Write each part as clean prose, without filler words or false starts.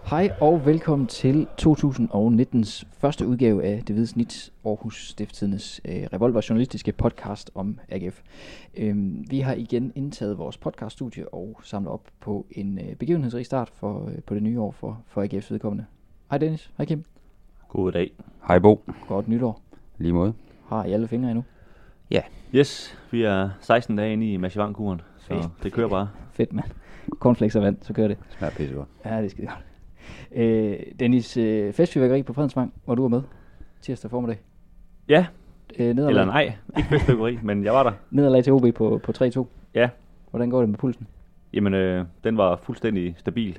Hej og velkommen til 2019's første udgave af Det Hvide Snit, Aarhus Stiftstidendes revolver journalistiske podcast om AGF. Vi har igen indtaget vores podcaststudie og samlet op på en begivenhedsrig start på det nye år for AGF's vedkommende. Hej Dennis, hej Kim. God dag. Hej Bo. Godt nytår. Lige måde. Har I alle fingre endnu? Ja. Yes, vi er 16 dage inde i Machivang-kuren, så det kører bare. Fedt mand. Cornflakes og vand, så kører det. Smager pissegodt. Ja, det er skide godt. Dennis, festfyrværkeri på Fredensvang, hvor du var med tirsdag formiddag. Ja, Nederlag. eller nej, ikke festfyrværkeri, men jeg var der. Nederlag til OB på 3-2. Ja. Hvordan går det med pulsen? Jamen, den var fuldstændig stabil.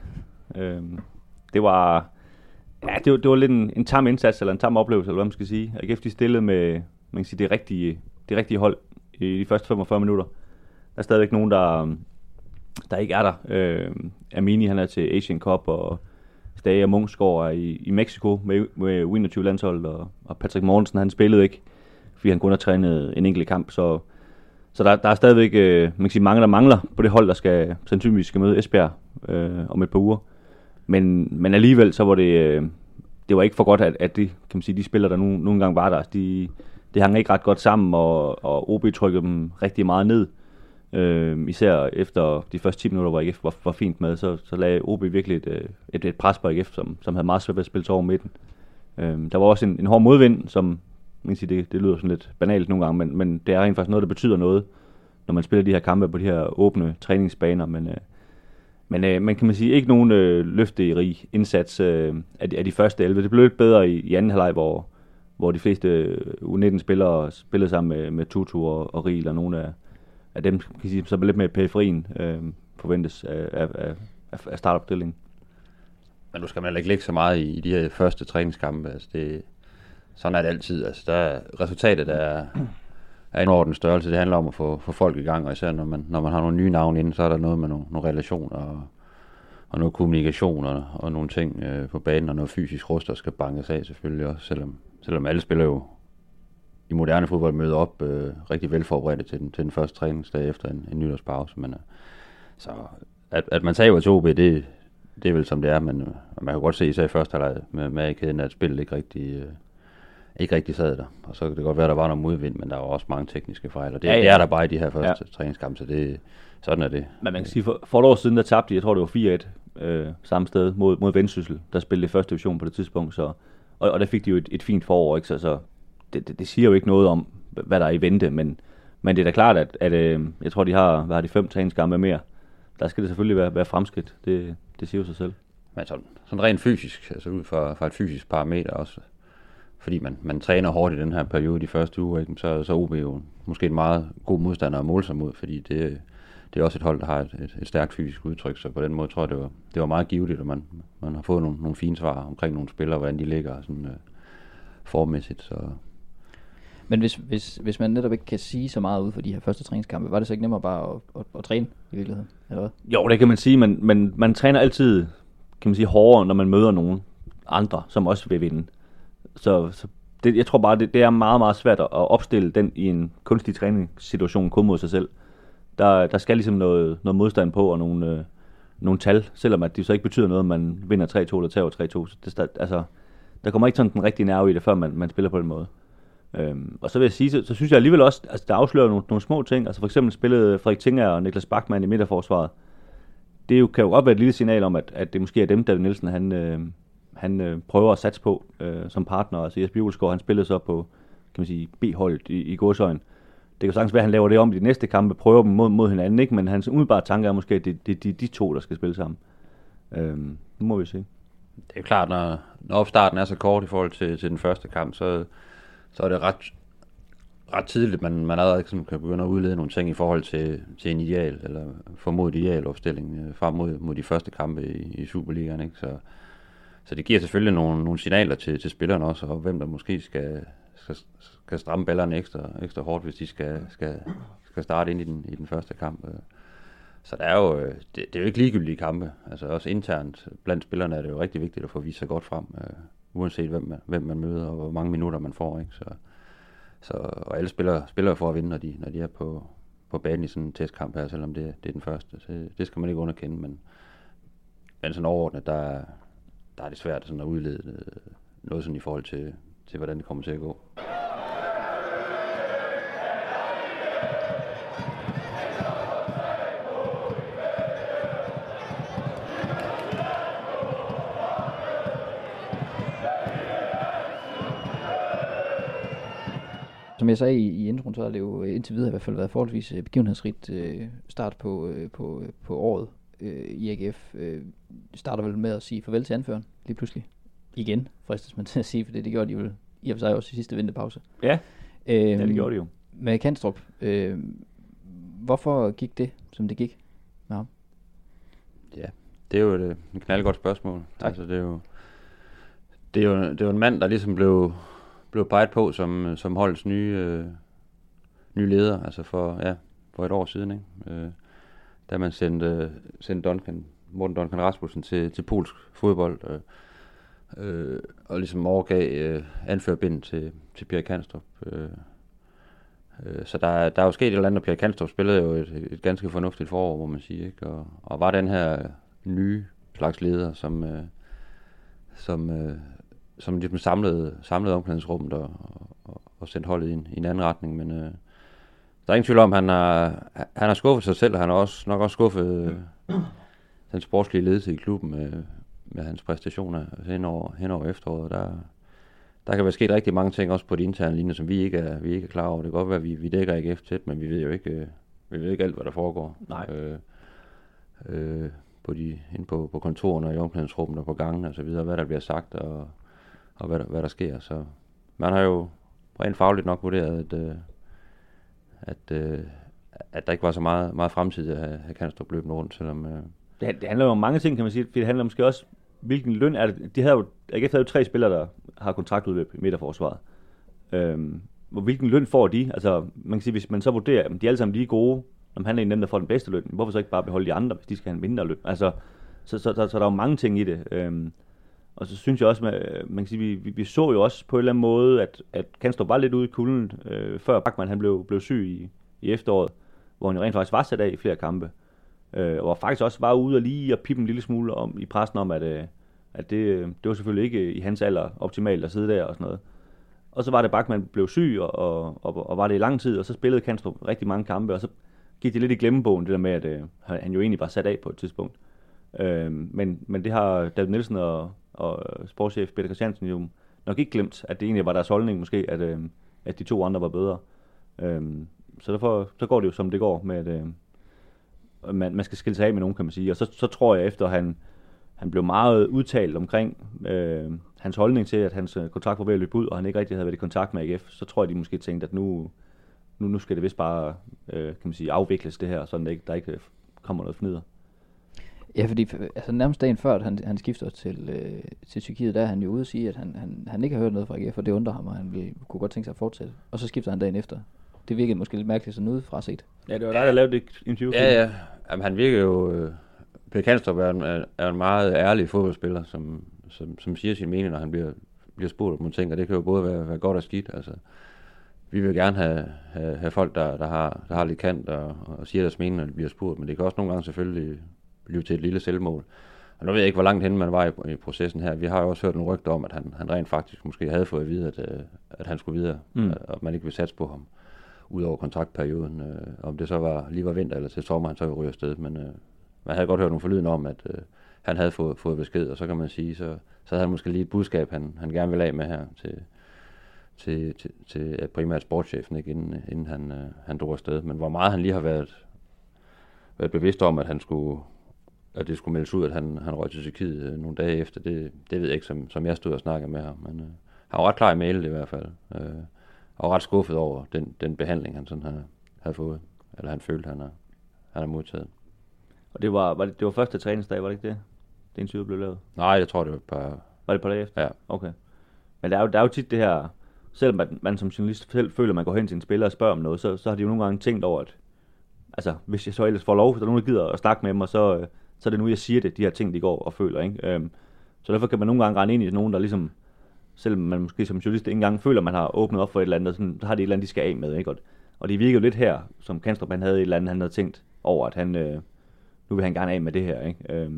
Det var lidt en tam indsats, eller en tam oplevelse, eller hvad man skal sige. AGF de stillede med, man kan sige, det rigtige hold i de første 45 minutter. Der er stadigvæk nogen, der ikke er der. Amini, han er til Asian Cup, og Stage og Munchsgaard er i Mexico med U21-landsholdet, og Patrick Mortensen, han spillede ikke, fordi han kun har trænet en enkelt kamp, så der er stadigvæk man kan sige, mange, der mangler på det hold, der sandsynligvis skal møde Esbjerg om et par uger. Men alligevel, så var det var ikke for godt, at de, kan man sige, de spillere, der nogle gange var der, det hang ikke ret godt sammen, og OB trykkede dem rigtig meget ned. Især efter de første 10 minutter, hvor AGF var fint med, så lagde OB virkelig et pres på AGF, som havde meget svært ved at spille til over midten. Der var også en hård modvind, som man kan sige, det lyder sådan lidt banalt nogle gange, men det er rent faktisk noget, der betyder noget, når man spiller de her kampe på de her åbne træningsbaner. Men man kan sige, ikke nogen løfterig indsats af de første 11. Det blev lidt bedre i anden halvleg, hvor de fleste U19-spillere spillede sammen med Tutu og Riel, og nogle af dem, kan sige, så lidt mere periferien forventes af startopstillingen. Men nu skal man ikke lægge så meget i de her første træningskampe. Altså sådan er det altid. Altså resultatet er en orden størrelse. Det handler om at få folk i gang, og især når man har nogle nye navne inde, så er der noget med nogle relationer og noget kommunikation og nogle ting på banen, og noget fysisk rust, der skal bankes af selvfølgelig også, selvom alle spiller jo i moderne fodbold møder op rigtig velforberedte til den første træningsdag efter en nytårspause. Men så at man tager til OB, det er vel som det er, men man kan godt se især i første halvleg med A-kæden, at spillet ikke rigtig sad der. Og så kan det godt være, at der var noget modvind, men der var også mange tekniske fejl, og det er der bare i de her første træningskampe, så sådan er det. Men man kan sige, for et år siden, der tabte de, jeg tror det var 4-1 samme sted mod Vendsyssel, der spillede i første division på det tidspunkt, og der fik de jo et fint forår, ikke? Så det siger jo ikke noget om, hvad der er i vente, men det er da klart, at jeg tror, de har 5 træningskampe mere. Der skal det selvfølgelig være fremskridt. Det siger jo sig selv. Men sådan rent fysisk, altså ud fra et fysisk parameter også, fordi man træner hårdt i den her periode de første uger, ikke? Så OB jo måske en meget god modstander at måle sig mod, fordi det er også et hold, der har et stærkt fysisk udtryk, så på den måde tror jeg, det var meget givetigt, og man har fået nogle fine svar omkring nogle spillere, hvordan de ligger sådan formmæssigt, så. Men hvis man netop ikke kan sige så meget ud for de her første træningskampe, var det så ikke nemmere bare at træne i virkeligheden? Eller hvad? Jo, det kan man sige, men man træner altid, kan man sige, hårdere, når man møder nogen andre, som også vil vinde. Så jeg tror bare, det er meget, meget svært at opstille den i en kunstig træningssituation kun mod sig selv. Der skal ligesom noget modstand på, og nogle tal, selvom at det så ikke betyder noget, om man vinder 3-2 eller taber 3-2. Der kommer ikke sådan den rigtige nerve i det, før man spiller på den måde. Og så vil jeg sige, så synes jeg alligevel også, altså der afslører nogle små ting. Altså for eksempel spillede Frederik Tinger og Niklas Bachmann i midterforsvaret. Det kan jo godt være et lille signal om, at det måske er dem, David Nielsen han prøver at satse på som partner. Altså Jesper Julesgaard, han spillede så på, kan man sige, B-holdet i Godsøjen. Det kan sagtens være, at han laver det om i de næste kampe, prøver dem mod hinanden, ikke? Men hans umiddelbare tanke er måske, at det er de to, der skal spille sammen. Nu må vi se. Det er jo klart, når opstarten er så kort i forhold til den første kamp, så er det ret tidligt, man allerede kan begynde at udlede nogle ting i forhold til en ideal, eller formodet idealopstilling frem mod de første kampe i Superligaen, ikke? Så det giver selvfølgelig nogle signaler til spillerne også, og hvem der måske skal stramme ballerne ekstra hårdt, hvis de skal starte ind i den første kamp. Så det er jo ikke ligegyldige kampe. Altså også internt blandt spillerne er det jo rigtig vigtigt at få vist sig godt frem, uanset hvem man møder og hvor mange minutter man får, ikke? Og alle spiller for at vinde, når de er på banen i sådan en testkamp her, selvom det er den første. Så det skal man ikke underkende, men sådan overordnet, der der er det svært sådan at udlede noget sådan i forhold til hvordan det kommer til at gå. Som jeg sagde i introen, så har det jo indtil videre i hvert fald været forholdsvis begivenhedsrigt start på året i AGF. Starter vel med at sige farvel til anføreren lige pludselig. Igen, fristes man til at sige, for det gjorde de jo i og for sig også i sidste vinterpause. Ja, det gjorde de jo. Med Kanstrup, hvorfor gik det, som det gik med ham? Ja, det er jo et knaldgodt spørgsmål. Tak. Altså, det er jo en mand, der ligesom blev peget på som holdets nye leder, altså for et år siden, ikke? Da man sendte Morten Duncan Rasmussen til polsk fodbold, og ligesom overgav anførerbindet til Pierre Kanstrup. Så der er jo sket et eller andet, og Pierre Kanstrup spillede jo et ganske fornuftigt forår, må man sige, ikke? Og var den her nye slags leder, som ligesom samlede omklædningsrummet og sendte holdet i en anden retning, men der er ingen tvivl om, han har skuffet sig selv, og han har nok også skuffet den sportslige ledelse i klubben med hans præstationer hen over efteråret. Der kan være sket rigtig mange ting også på de interne linjer, som vi ikke er klar over. Det kan godt være, at vi dækker AGF tæt, men vi ved jo ikke alt, hvad der foregår. Nej. Inde på kontorerne og i omklædningsrummet og på gangen og så videre, hvad der bliver sagt og hvad der sker. Så man har jo rent fagligt nok vurderet, at der ikke var så meget fremtid at have Kanstrup løbende rundt, selvom... Det handler jo om mange ting, kan man sige. Det handler måske også, hvilken løn er det. AGF havde jo 3 spillere, der har kontraktudløb i midterforsvaret. Hvilken løn får de? Altså, man kan sige, hvis man så vurderer, at de alle sammen lige gode, om han er en af dem, der får den bedste løn, hvorfor så ikke bare beholde de andre, hvis de skal have en mindre løn? Altså, så der er jo mange ting i det. Og så synes jeg også, man kan sige, vi så jo også på en eller anden måde, at Kanstrup var lidt ude i kulden, før Bachmann han blev syg i efteråret, hvor han jo rent faktisk var sat af i flere kampe. Og faktisk også var ude og lige at pippe en lille smule i pressen om, at det var selvfølgelig ikke i hans alder optimalt at sidde der og sådan noget. Og så var det Bachmann blev syg, og var det i lang tid, og så spillede Kanstrup rigtig mange kampe, og så gik det lidt i glemmebogen, det der med, at han jo egentlig var sat af på et tidspunkt. Men det har David Nielsen og sportschef Peter Christiansen jo nok ikke glemt, at det egentlig var deres holdning måske, at de 2 andre var bedre. Så derfor så går det jo som det går med, at man skal skille sig af med nogen, kan man sige. Og så tror jeg, efter han blev meget udtalt omkring hans holdning til, at hans kontrakt var ved at løbe ud, og han ikke rigtig havde været i kontakt med AGF, så tror jeg, de måske tænkte, at nu skal det vist bare kan man sige, afvikles det her, så der ikke kommer noget fnider. Ja, fordi altså, nærmest dagen før, at han skifter til Tyrkiet, der er han jo ude og sige, at han ikke har hørt noget fra AGF, og det undrer ham, og han kunne godt tænke sig at fortsætte. Og så skifter han dagen efter. Det virkede måske lidt mærkeligt sådan udefra set. Ja, det var dig, der lavede det interview. Ja. Jamen, han virker jo... Peter Kanstrup er en meget ærlig fodboldspiller, som siger sin mening, når han bliver spurgt om ting, og det kan jo både være godt og skidt. Altså, vi vil gerne have folk, der har lidt kant og siger deres mening, når de bliver spurgt, men det kan også nogle gange selvfølgelig blive til et lille selvmål. Og nu ved jeg ikke, hvor langt henne man var i processen her. Vi har jo også hørt nogle rygter om, at han rent faktisk måske havde fået at vide, at han skulle videre, og man ikke ville satse på ham ud over kontraktperioden. Om det så lige var vinter eller til sommer, han så ryger afsted, men man havde godt hørt nogle forlyden om, at han havde fået besked, og så kan man sige, så havde han måske lige et budskab, han gerne ville af med her til primært sportschefen, ikke, inden han drog afsted. Men hvor meget han lige har været bevidst om, at det skulle meldes ud, at han røg til Tyrkiet nogle dage efter, det ved jeg ikke, som jeg stod og snakkede med ham. Men han var ret klar i mailet i hvert fald, og ret skuffet over den behandling, han sådan havde fået, eller han følte, han har modtaget. Og det var første træningsdag, var det ikke det? Det interview blev lavet? Nej, jeg tror, det var et par... Var det et par dage efter? Ja. Okay. Men der er jo tit det her, selvom man som journalist selv føler, at man går hen til en spiller og spørger om noget, så har de jo nogle gange tænkt over, at altså, hvis jeg så ellers får lov, så er der nogen, der gider at snakke med dem, og så er det nu, jeg siger det, de her ting, de går og føler, ikke? Så derfor kan man nogle gange rende ind i nogen, der ligesom, selvom man måske som journalist ikke engang føler, at man har åbnet op for et eller andet, så har de et eller andet, de skal af med, ikke? Og det virker jo lidt her, som Kanstrup, han havde et eller andet, han havde tænkt over, at han... nu vil han gerne af med det her, ikke?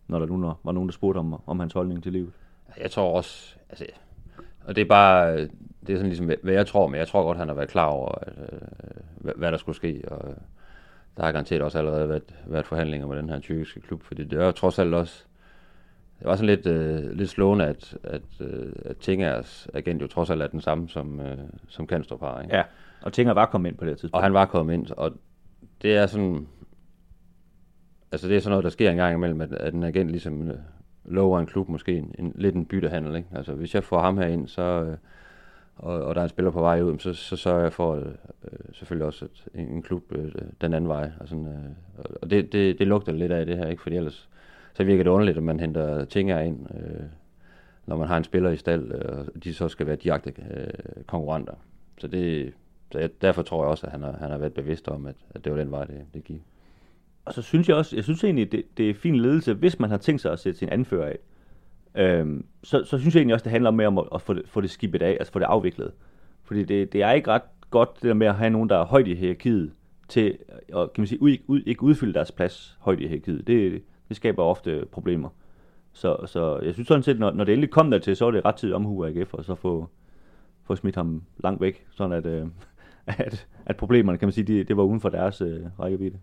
når der nu var nogen, der spurgte om hans holdning til livet. Jeg tror også, altså, og det er bare, det er sådan ligesom, hvad jeg tror, men jeg tror godt, han har været klar over, hvad der skulle ske, og der har garanteret også allerede været forhandlinger med den her tyrkiske klub, fordi det er jo trods alt også, det var sådan lidt slående, at Tingers agent jo trods alt er den samme som Kanstrup har, ikke? Ja, og Tinger var kommet ind på det tidspunkt. Og han var kommet ind, og det er sådan, altså det er sådan noget, der sker en gang imellem, at en agent ligesom lover en klub måske lidt en byttehandel, ikke? Altså hvis jeg får ham her ind, så og der er en spiller på vej ud, så sørger jeg for selvfølgelig også en klub den anden vej. Og det lugter lidt af det her, ikke? Fordi ellers så virker det underligt, at man henter Tinger ind, når man har en spiller i stald, og de så skal være direkte konkurrenter. Så derfor tror jeg også, at han har været bevidst om, at det var den vej, det gik. Og så synes jeg egentlig, det er fin ledelse, hvis man har tænkt sig at sætte sin anfører af. Så synes jeg egentlig også, det handler mere om at få det skibet af, altså få det afviklet. Fordi det er ikke ret godt, det der med at have nogen, der er højt i hierarkiet, til at, kan man sige, ikke udfylde deres plads højt i hierarkiet. Det skaber ofte problemer. Så jeg synes sådan set, når det endelig kom dertil, så er det ret tid omhu af AGF, og så få smidt ham langt væk, sådan at problemerne, kan man sige, det var uden for deres rækkevidde.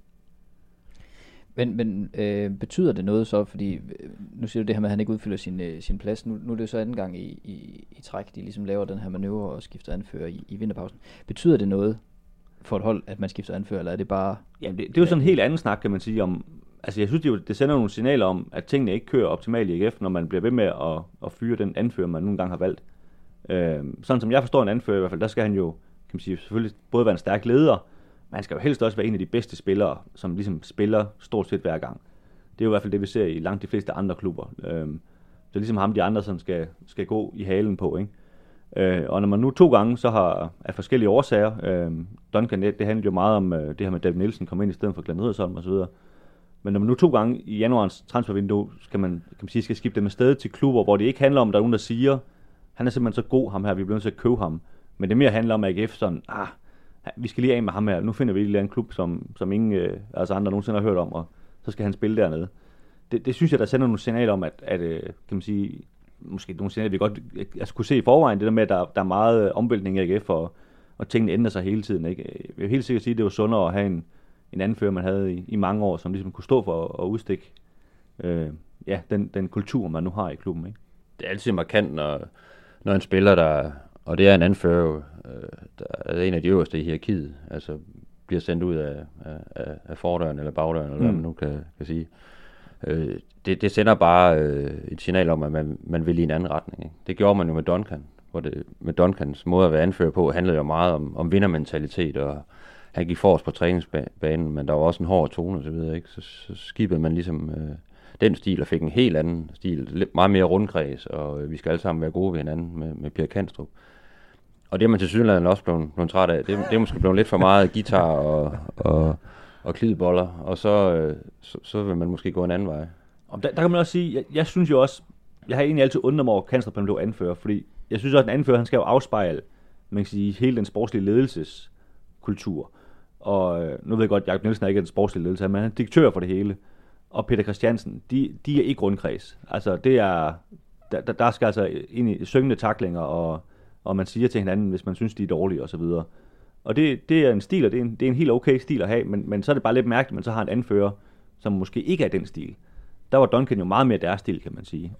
Men betyder det noget så, fordi nu siger du det her med, at han ikke udfylder sin plads, nu er det jo så anden gang i træk, de ligesom laver den her manøvre og skifter anfører i vinterpausen. Betyder det noget for et hold, at man skifter anfører, eller er det bare... Jamen det er jo sådan en helt anden snak, kan man sige, om... Altså jeg synes, det sender nogle signaler om, at tingene ikke kører optimalt i AGF, når man bliver ved med at fyre den anfører, man nogle gange har valgt. Sådan som jeg forstår en anfører i hvert fald, der skal han jo, kan man sige, selvfølgelig både være en stærk leder, men han skal jo helst også være en af de bedste spillere, som ligesom spiller stort set hver gang. Det er jo i hvert fald det, vi ser i langt de fleste andre klubber. Det er ligesom ham, de andre, som skal gå i halen på, ikke? Og når man nu 2 gange, så har af forskellige årsager, Duncan, det handler jo meget om det her med David Nielsen kom ind i stedet for Glenn Riddersholm og så videre. Men når man nu 2 gange i januarens transfervindue, kan man sige, skal skifte dem afsted til klubber, hvor det ikke handler om, at der er nogen, der siger, han er simpelthen så god, ham her, vi bliver nødt til at købe ham. Men det mere handler om AGF sådan, vi skal lige af med ham her, nu finder vi lige en klub, som ingen andre nogensinde har hørt om, og så skal han spille dernede. Det synes jeg, der sender nogle signaler om, at kan man sige, måske nogle signaler, vi godt kunne se i forvejen, det der med, at der er meget omvæltning i AGF, og tingene ændrer sig hele tiden, ikke? Jeg vil helt sikkert sige, at det var sundere at have en anfører, man havde i mange år, som ligesom kunne stå for at udstikke den kultur, man nu har i klubben, ikke? Det er altid markant, når en spiller, og det er en anfører, der er en af de øverste i hierarkiet, altså bliver sendt ud af fordøren eller bagdøren, eller hvad man nu kan sige. Det sender bare et signal om, at man vil i en anden retning, ikke? Det gjorde man jo med Duncan, hvor det med Duncans måde at være anfører på, handlede jo meget om vindermentalitet, og han gik forrest på træningsbanen, men der var også en hård tone og så videre, ikke? Så skibede man ligesom den stil og fik en helt anden stil, meget mere rundkreds, og vi skal alle sammen være gode ved hinanden med Pierre Kanstrup. Og det er man til sydenlandet også blevet træt af. Det er måske blevet lidt for meget guitar og klideboller, og så vil man måske gå en anden vej. Og der kan man også sige, jeg synes jo også, jeg har egentlig altid undret mig over, at Kanstrup blev anfører, fordi jeg synes også, at en anfører, han skal jo afspejle, man kan sige, hele den sportslige ledelseskultur. Og nu ved jeg godt, at Jakob Nielsen er ikke en sportslig ledelse, men han er direktør for det hele. Og Peter Christiansen, de er ikke rundkreds. Altså, det er, der skal altså ind i syngende taklinger, og man siger til hinanden, hvis man synes, de er dårlige, og så videre. Og det er en stil, og det er en helt okay stil at have, men så er det bare lidt mærkeligt, at man så har en anfører, som måske ikke er den stil. Der var Duncan jo meget mere deres stil, kan man sige.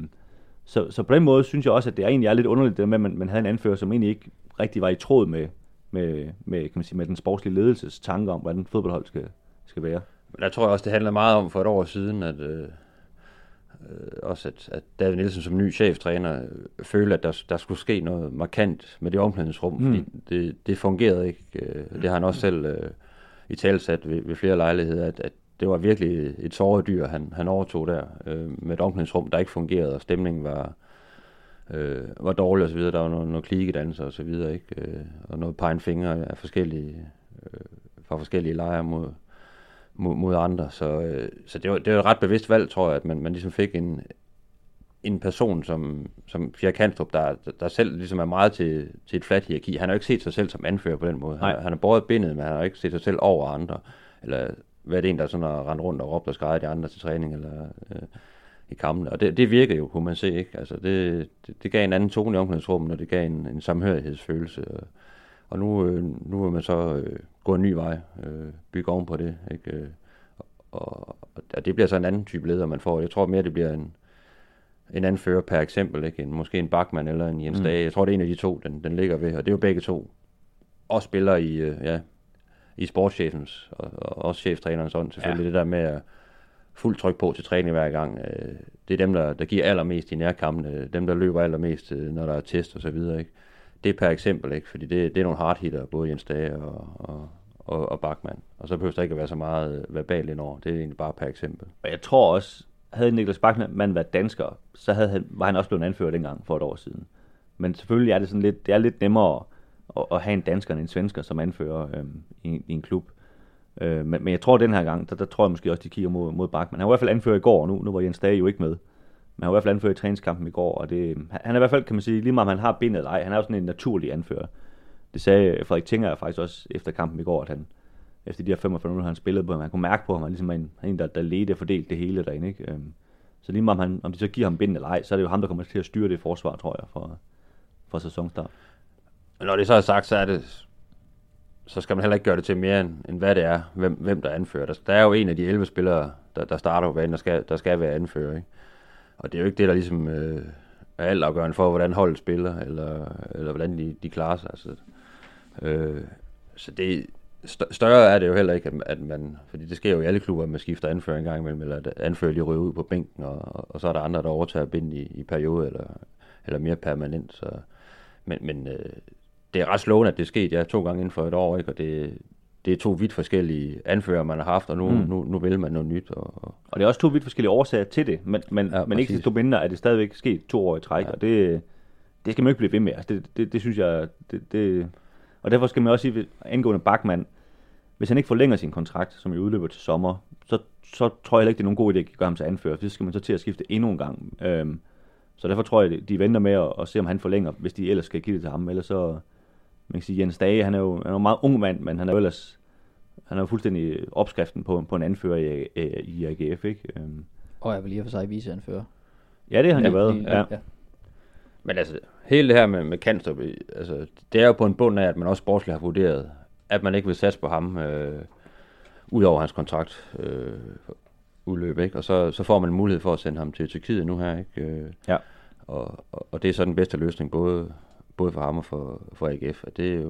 Så på den måde synes jeg også, at det egentlig er lidt underligt, det med, at man havde en anfører, som egentlig ikke rigtig var i tråd med kan man sige, med den sportslige ledelses tanker om, hvordan fodboldhold skal være. Men der tror jeg også, det handler meget om for et år siden, at David Nielsen som ny cheftræner følte, at der skulle ske noget markant med det omklædningsrum, fordi det fungerede ikke. Det har han også selv italesat ved flere lejligheder, at det var virkelig et såredyr, han overtog der med et omklædningsrum, der ikke fungerede, og stemningen var dårlig og så videre. Der var noget klikkedannelse og så videre, ikke? Og noget pegen fingre af fra forskellige lejre mod andre. Så det var et ret bevidst valg, tror jeg, at man ligesom fik en person som Pierre Kanstrup, der selv ligesom er meget til et fladt hierarki. Han har jo ikke set sig selv som anfører på den måde. Han har både bindet, men han har ikke set sig selv over andre, eller været en, der sådan har rendt rundt og råbt og skreget de andre til træning eller i kampene. Og det virker jo, kunne man se, ikke? Altså det gav en anden tone i omklædningsrummet, og det gav en samhørighedsfølelse. Og nu vil man så gå en ny vej, bygge oven på det, ikke? Og det bliver så en anden type leder, man får. Jeg tror mere, det bliver en anfører per eksempel, ikke? Måske en Bachmann eller en Jens Dage. Jeg tror, det er en af de to, den ligger ved. Og det er jo begge to. Også spiller i sportschefens og også cheftrænerens ånd. Selvfølgelig det der med at fuld tryk på til træning hver gang. Det er dem, der giver allermest i nærkampene. Dem, der løber allermest, når der er test og så videre, ikke? Det er per eksempel, ikke? Fordi det er nogle hardhitter, både Jens Dage og Bachmann. Og så behøver der ikke at være så meget verbalt indover. Det er egentlig bare per eksempel. Og jeg tror også, havde Niklas Bachmann været dansker, så var han også blevet anført dengang for et år siden. Men selvfølgelig er det sådan lidt, det er lidt nemmere at have en dansker end en svensker som anfører i en klub. Men jeg tror den her gang, der tror jeg måske også, de kigger mod Bachmann. Han var i hvert fald anført i går, nu var Jens Dage jo ikke med. Men han var i hvert fald anført i træningskampen i går, og han er i hvert fald, kan man sige, lige meget om han har bindet eller ej, han er jo sådan en naturlig anfører. Det sagde Frederik Tinger faktisk også efter kampen i går, at han, efter de her 45 minutter, han spillede på ham, han kunne mærke på ham, han ligesom en, der ledte og fordelte det hele derinde, ikke? Så lige meget om de så giver ham bindet eller ej, så er det jo ham, der kommer til at styre det forsvar, tror jeg, for sæsonstart. Når det så er sagt, så skal man heller ikke gøre det til mere end hvad det er, hvem der anfører. Der er jo en af de 11 spillere, der starter på banen, der skal være anfører, ikke? Og det er jo ikke det, der ligesom er altafgørende for, hvordan holdet spiller, eller hvordan de klarer sig. Altså. Så det større er det jo heller ikke, at man, fordi det sker jo i alle klubber, at man skifter anfører en gang imellem, eller at anfører lige ryger ud på bænken, og så er der andre, der overtager bind i periode, eller mere permanent. Så. Men det er ret slående, at det er sket 2 gange inden for et år, ikke? Og det er 2 vidt forskellige anfører, man har haft, og nu vil man noget nyt. Og det er også 2 vidt forskellige årsager til det, men ikke desto mindre er det stadigvæk sket 2 år i træk, og det skal man ikke blive ved med. Altså det synes jeg, og derfor skal man også sige, angående Bachmann, hvis han ikke forlænger sin kontrakt, som jo udløber til sommer, så tror jeg heller ikke, det er nogen god idé at gøre ham til anfører, for så skal man så til at skifte endnu en gang. Så derfor tror jeg, de venter med at se, om han forlænger, hvis de ellers skal give det til ham. Ellers så, man kan sige, Jens Dage, han er jo en meget ung mand, men han er jo fuldstændig opskriften på en anfører i AGF, ikke? Og jeg vil lige for sig viceanfører. Ja, det har han jo været. Ja. Men altså, hele det her med Kanstrup, altså, det er jo på en bund af, at man også sportsligt har vurderet, at man ikke vil satse på ham, ud over hans kontrakt udløb, ikke? Og så får man en mulighed for at sende ham til Tyrkiet nu her, ikke? Ja. Og det er så den bedste løsning, både for ham og for AGF. Og det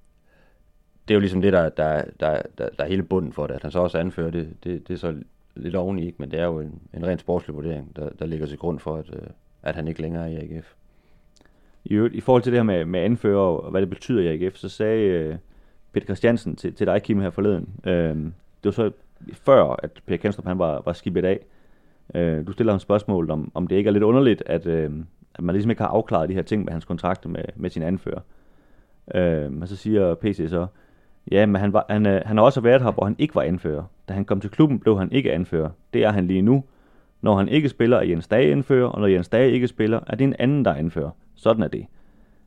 er jo ligesom det, der er hele bunden for det. At han så også anfører det er så lidt oveni, ikke? Men det er jo en ren sportslig vurdering, der ligger til grund for, at han ikke længere er i AGF. I forhold til det her med anfører og hvad det betyder i AGF, så sagde Peter Christiansen til dig, Kim, her forleden. Det var så før, at Peter Kanstrup han var skibet af. Du stiller ham spørgsmål om det ikke er lidt underligt, at man ligesom ikke har afklaret de her ting med hans kontrakt med sin anfører. Og så siger PC så, ja, men han har også været her, hvor han ikke var anfører. Da han kom til klubben, blev han ikke anfører. Det er han lige nu. Når han ikke spiller, er Jens Dage anfører, og når Jens Dage ikke spiller, er det en anden, der anfører. Sådan er det.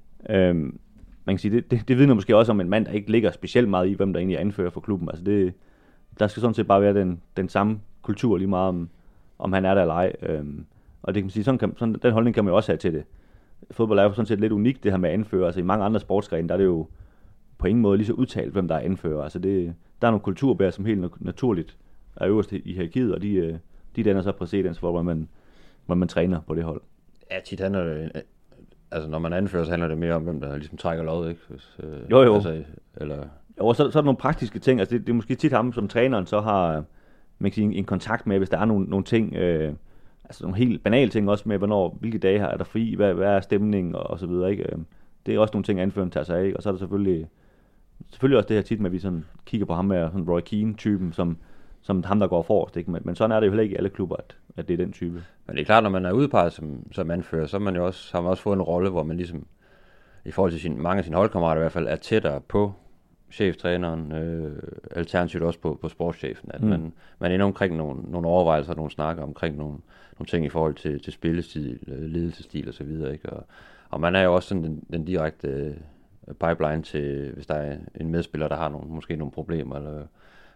Man kan sige, det vidner måske også om en mand, der ikke ligger specielt meget i, hvem der egentlig anfører for klubben. Altså der skal sådan set bare være den samme kultur lige meget om han er der eller ej. Og det kan man sige, sådan den holdning kan man jo også have til det. Fodbold er jo sådan set lidt unikt, det her med anfører. Altså i mange andre sportsgrene, der er det jo på ingen måde lige så udtalt, hvem der er anfører. Altså der er nogle kulturbærere, som helt naturligt er øverst i hierarkiet, og de danner så præcedens for, hvor man træner på det hold. Ja, tit handler det, altså når man anfører, så handler det mere om, hvem der ligesom trækker lovet, ikke? Jo. Altså, eller... Jo, så er der nogle praktiske ting. Altså det er måske tit ham, som træneren så har man kan sige, en kontakt med, hvis der er nogle ting, altså nogle helt banale ting også med, hvilke dage er der fri, hvad er stemningen og så videre, ikke? Det er også nogle ting, anføreren tager sig af, og så er der selvfølgelig også det her tit med, at vi sådan kigger på ham med sådan Roy Keane-typen, som ham, der går forrest, ikke? Men sådan er det jo heller ikke i alle klubber, at det er den type. Men det er klart, når man er udpeget som anfører, så har man også fået en rolle, hvor man ligesom, i forhold til mange af sine holdkammerater i hvert fald, er tættere på cheftræneren, alternativt også på sportschefen, at man ender omkring nogle overvejelser, nogle snakker omkring nogle ting i forhold til spillestil, ledelsesstil og så videre, ikke? Og man er jo også sådan den direkte pipeline til, hvis der er en medspiller, der har måske nogle problemer, eller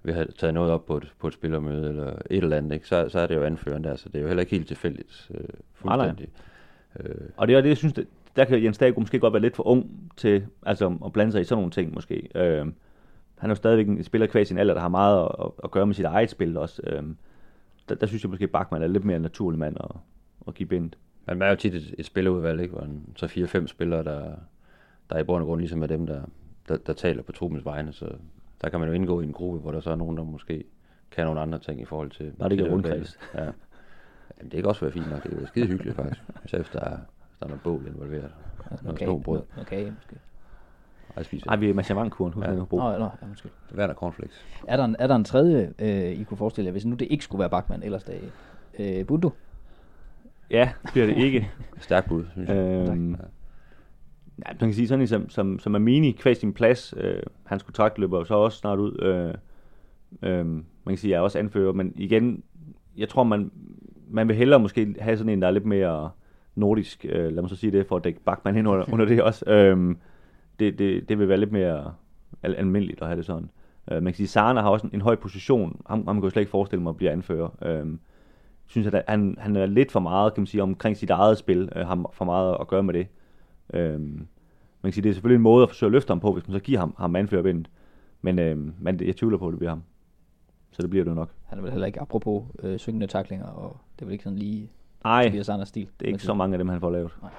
vil have taget noget op på et spillermøde eller et eller andet, ikke? Så er det jo anføreren der, så det er jo heller ikke helt tilfældigt fuldstændig. Og det er det, jeg synes, der kan Jens Dahlgaard måske godt være lidt for ung til altså, at blande sig i sådan nogle ting måske. Han er jo stadigvæk en spiller kvæg sin alder, der har meget at gøre med sit eget spil også. Der synes jeg måske, Bachmann er lidt mere naturlig mand at give bindt. Man er jo tit et spillerudvalg, ikke? Hvor en 3-4-5 spillere, der i bund og grund ligesom er dem, der taler på truppens vegne, så der kan man jo indgå i en gruppe, hvor der så er nogen, der måske kan nogle andre ting i forhold til... Når det ikke er rundkreds. Ja. Jamen, det kan også være fint nok. Det er jo skide hyggeligt faktisk. Især hvis der er noget bål involveret. Noget snobrød. Okay, måske. Nej, vi er Machavang-kuren. Husk det. Nå, måske. Werner Cornflakes. Er der en tredje, I kunne forestille jer, hvis nu det ikke skulle være Bachmann, ellers det Bundu? Ja, det bliver det ikke. Stærk bud, synes jeg. Ja, man kan sige sådan som Amini kvæg sin plads. Hans kontrakt løber jo så også snart ud. Man kan sige, jeg er også anfører, men igen, jeg tror, man vil hellere måske have sådan en, der er lidt mere nordisk, lad mig så sige det, for at dække Bachmann ind under det også. Det vil være lidt mere almindeligt at have det sådan. Man kan sige, Sarna har også en høj position. Han kan jo slet ikke forestille mig at blive anfører. Synes at han er lidt for meget, kan man sige, omkring sit eget spil, har for meget at gøre med det. Man kan sige, det er selvfølgelig en måde at forsøge at løfte ham på, hvis man så giver ham anførervindet. Men jeg tvivler på, at det bliver ham. Så det bliver det jo nok. Han er vel heller ikke, apropos syngende tacklinger, og det er vel ikke sådan lige Tobias Anders stil. Det er ikke så mange af dem, han får lavet. Nej.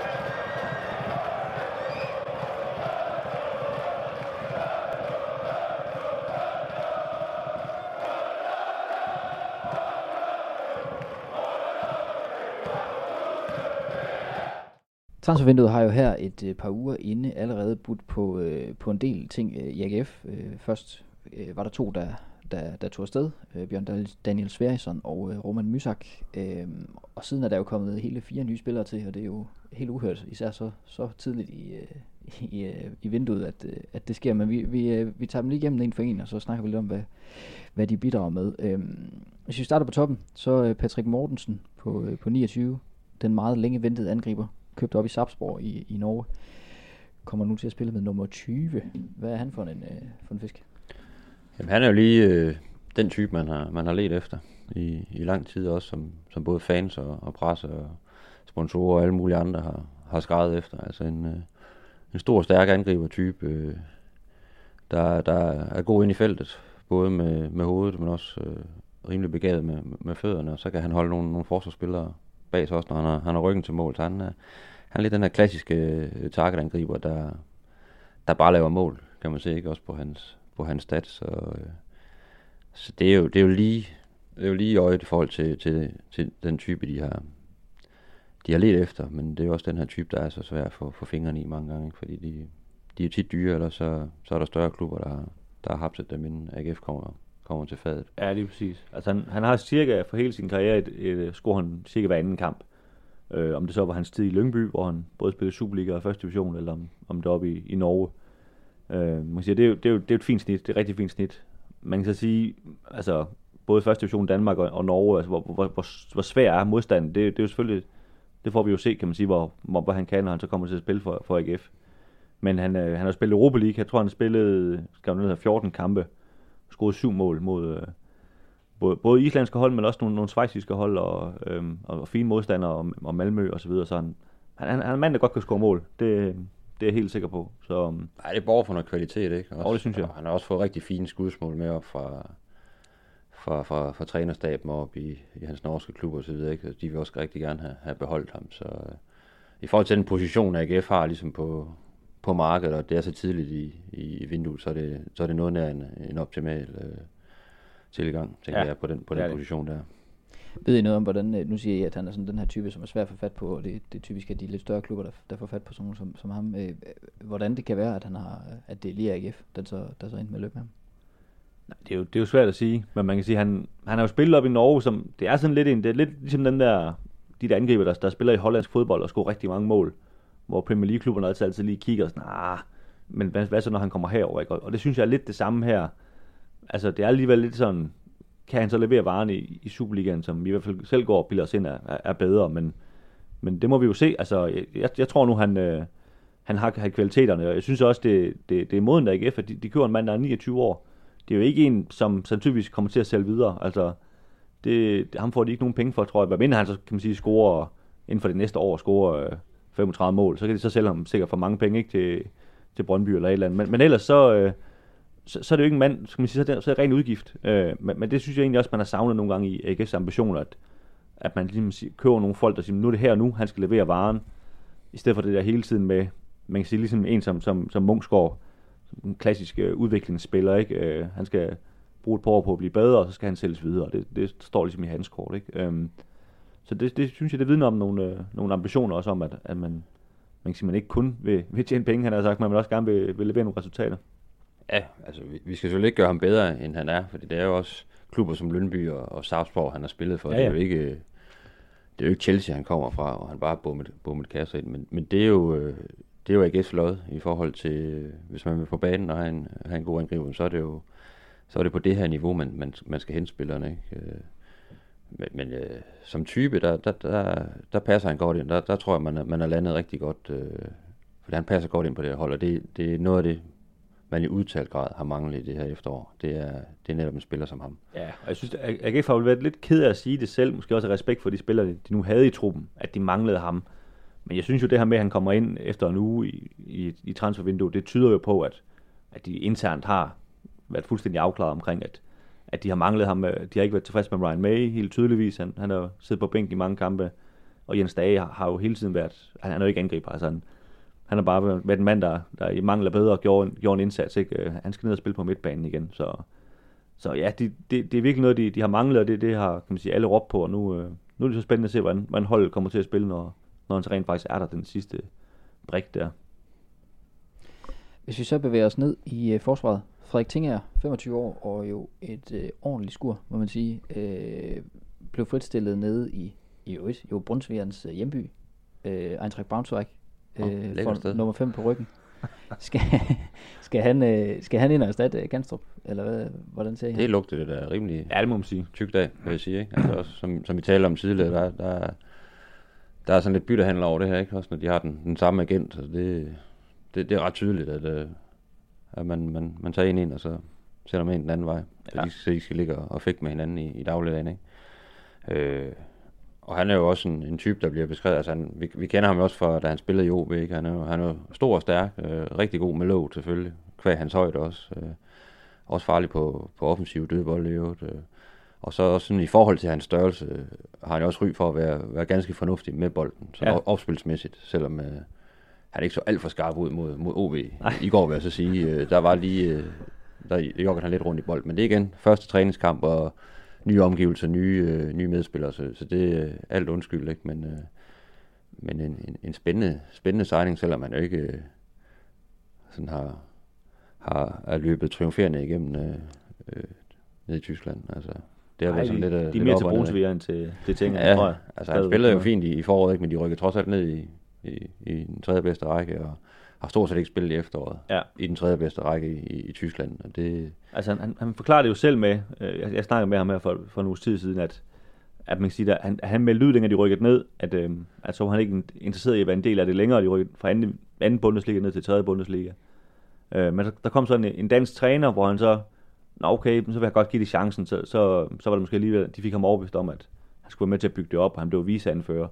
Transfervinduet har jo her et par uger inde allerede budt på en del ting i AGF. Først var der to, der tog afsted. Bjørn Daniel Sverrisson og Roman Mysak. Og siden er der jo kommet hele 4 nye spillere til, og det er jo helt uhørt, især så tidligt i vinduet, at det sker. Men vi tager dem lige igennem en for en, og så snakker vi lidt om, hvad de bidrager med. Hvis vi starter på toppen, så Patrick Mortensen på 29, den meget længe ventede angriber, købt op i Sarpsborg i Norge, kommer nu til at spille med nummer 20. Hvad er han for en fisk? Jamen, han er jo lige den type, man har let efter i lang tid, også som både fans og presse og sponsorer og alle mulige andre har skrevet efter. Altså en stor, stærk angriber-type, der er god ind i feltet, både med hovedet, men også rimelig begavet med fødderne, og så kan han holde nogle forsvarsspillere bag sig også, når han har ryggen til mål. Så han er lidt den her klassiske targetangriber, der bare laver mål, kan man se, ikke? Også på hans stats. Så det er jo lige i øjet i forhold til den type, de har let efter, men det er jo også den her type, der er så svær at få fingrene i mange gange, ikke? Fordi de er tit dyre, eller så er der større klubber, der har hapset dem, inden AGF kommer til fadet. Ja, det er præcis. Altså han har cirka for hele sin karriere scorer han cirka hver anden kamp. Om det så var hans tid i Lyngby, hvor han både spillede Superliga og første division, eller om det oppe i Norge. Man siger, det er jo et fint snit, det er et rigtig fint snit. Man kan så sige, altså både første division Danmark og Norge, altså hvor svær er modstanden, det er jo selvfølgelig, det får vi jo se, kan man sige, hvor han kan, når han så kommer til at spille for AGF. Men han har spillet Europa League, jeg tror han har spillet 14 kampe, scoret 7 mål mod både islandske hold, men også nogle schweiziske hold og fine modstandere og Malmø og så videre. Så han er en mand, der godt kan score mål. Det er jeg helt sikker på. Så nej, det borger for noget kvalitet, ikke? Også, det synes jeg. Han har også fået rigtig fine skudsmål med op fra trænerstaben op i hans norske klub og så videre, ikke? De vil også rigtig gerne have beholdt ham. Så i forhold til den position, AGF har ligesom på markedet, og det er så tidligt i vinduet, så er det noget nær en optimal tilgang, tænker jeg, på den position der. Ved I noget om, hvordan, nu siger I, at han er sådan den her type, som er svær at få fat på, og det er typisk de lidt større klubber, der får fat på sådan nogen som ham. Hvordan det kan være, at det er lige AGF, der så endte med at løbe med ham? Nej, det er jo svært at sige, men man kan sige, han har jo spillet op i Norge, som det er sådan lidt det er lidt ligesom de der angriber, der spiller i hollandsk fodbold og scorer rigtig mange mål, hvor Premier League-klubberne altid lige kigger og sådan, men hvad så, når han kommer herover, ikke? Og det synes jeg er lidt det samme her. Altså, det er alligevel lidt sådan, kan han så levere varerne i Superligaen, som vi i hvert fald selv går og bilder os ind er bedre, men det må vi jo se. Altså, jeg tror nu, han har kvaliteterne, og jeg synes også, det er moden der AGF, at de køber en mand, der er 29 år. det er jo ikke en, som sandsynligvis kommer til at sælge videre. Altså, ham får de ikke nogen penge for, tror jeg. Hvad mindre han så, kan man sige, scorer inden for det næste år, scorer 35 mål, så kan de så sælge ham sikkert for mange penge, ikke, til Brøndby eller et eller andet. Men ellers så er det jo ikke en mand, skal man sige, så er det ren udgift. Men det synes jeg egentlig også, man har savnet nogle gange i AGF's ambitioner, at man ligesom køber nogle folk, der siger, nu er det her og nu, han skal levere varen, i stedet for det der hele tiden med, man kan sige ligesom en som Munksgaard, en klassisk udviklingsspiller, ikke? Han skal bruge et par år på at blive bedre, og så skal han sælges videre. Det står ligesom i hans kort, ikke? Så det synes jeg, det vidner om nogle ambitioner også om, at man kan sige, man ikke kun vil tjene penge, han har sagt, men man også gerne vil levere nogle resultater. Ja, altså vi skal selvfølgelig ikke gøre ham bedre, end han er, fordi det er jo også klubber som Lyngby og Sarpsborg, han har spillet for. Ja. Det er jo ikke Chelsea, han kommer fra, og han bare bommet kasser ind, men det er jo AGF's lod i forhold til, hvis man vil på banen og have en god angriber, så er det på det her niveau, man skal hente spillerne, ikke? Men som type, der passer han godt ind. Der tror jeg, man er landet rigtig godt, fordi han passer godt ind på det her hold, og det er noget af det, man i udtalt grad har manglet i det her efterår. Det er netop en spiller som ham. Ja, og jeg synes, at AGF har været lidt ked af at sige det selv, måske også af respekt for de spillere, de nu havde i truppen, at de manglede ham. Men jeg synes jo, det her med, at han kommer ind efter en uge i transfervinduet, det tyder jo på, at de internt har været fuldstændig afklaret omkring, at de har manglet ham. De har ikke været tilfreds med Ryan May, helt tydeligvis. Han har siddet på bænken i mange kampe, og Jens Dage har jo hele tiden været, han er jo ikke angriber, altså han har bare været en mand, der i mangel af bedre gjorde en indsats, ikke? Han skal ned og spille på midtbanen igen, så ja, det er virkelig noget, de har manglet, og det har, kan man sige, alle råbt på, og nu er det så spændende at se, hvordan holdet kommer til at spille, når han rent faktisk er der, den sidste brik der. Hvis vi så bevæger os ned i forsvaret, Frederik Tinger, 25 år, og jo et ordentligt skur, må man sige, blev fritstillet nede i Brunsvigerens hjemby, Eintracht Braunschweig, for nummer 5 på ryggen. Skal han ind og erstatte Ganstrup, eller hvordan ser I? Det lugter det der rimelig. Ja, det må man sige. Tyk dag, vil jeg sige, ikke? Altså også, som vi talte om tidligere, der er sådan lidt byttehandler over det her, ikke? Også når de har den samme agent, så det er ret tydeligt, at man tager en ind, og så sætter man en den anden vej. Ja. Så de skal ligge og fægte med hinanden i dagligdagen, ikke? Og han er jo også en type, der bliver beskrevet. Altså vi kender ham også fra, da han spillede i OB, ikke? Han er jo stor og stærk, rigtig god med låg selvfølgelig, kvæg hans højde også. Også farlig på offensiv dødbold i øvrigt. Og så også sådan, i forhold til hans størrelse, har han også ry for at være ganske fornuftig med bolden, så opspilsmæssigt, selvom han ikke så alt for skarp ud mod OB. I går vil jeg så sige, der var lige, der joggede han lidt rundt i bolden, men det er igen første træningskamp, og nye omgivelser, nye medspillere, så det er alt undskyld, ikke? Men en spændende signing, selvom han jo ikke sådan har løbet triumferende igennem ned i Tyskland. Altså, det har været sådan lidt. De er mere til Brunsviger end til Tinger, ja, tror jeg. Altså han spillede jo fint i foråret, ikke? Men de rykkede trods alt ned i den tredje bedste række, og har stort set ikke spillet i efteråret i den tredje bedste række i Tyskland. Og det... Altså han forklarer det jo selv med, jeg snakkede med ham her for en uges tid siden, at man kan sige, at han meldte ud, længere de rykkede ned, at så var han ikke interesseret i at være en del af det længere, de rykkede fra anden Bundesliga ned til tredje Bundesliga. Men der kom så en dansk træner, hvor han så, okay, så vil jeg godt give det chancen, så var det måske alligevel, de fik ham overbevist om, at han skulle være med til at bygge det op, og han blev viceanfører.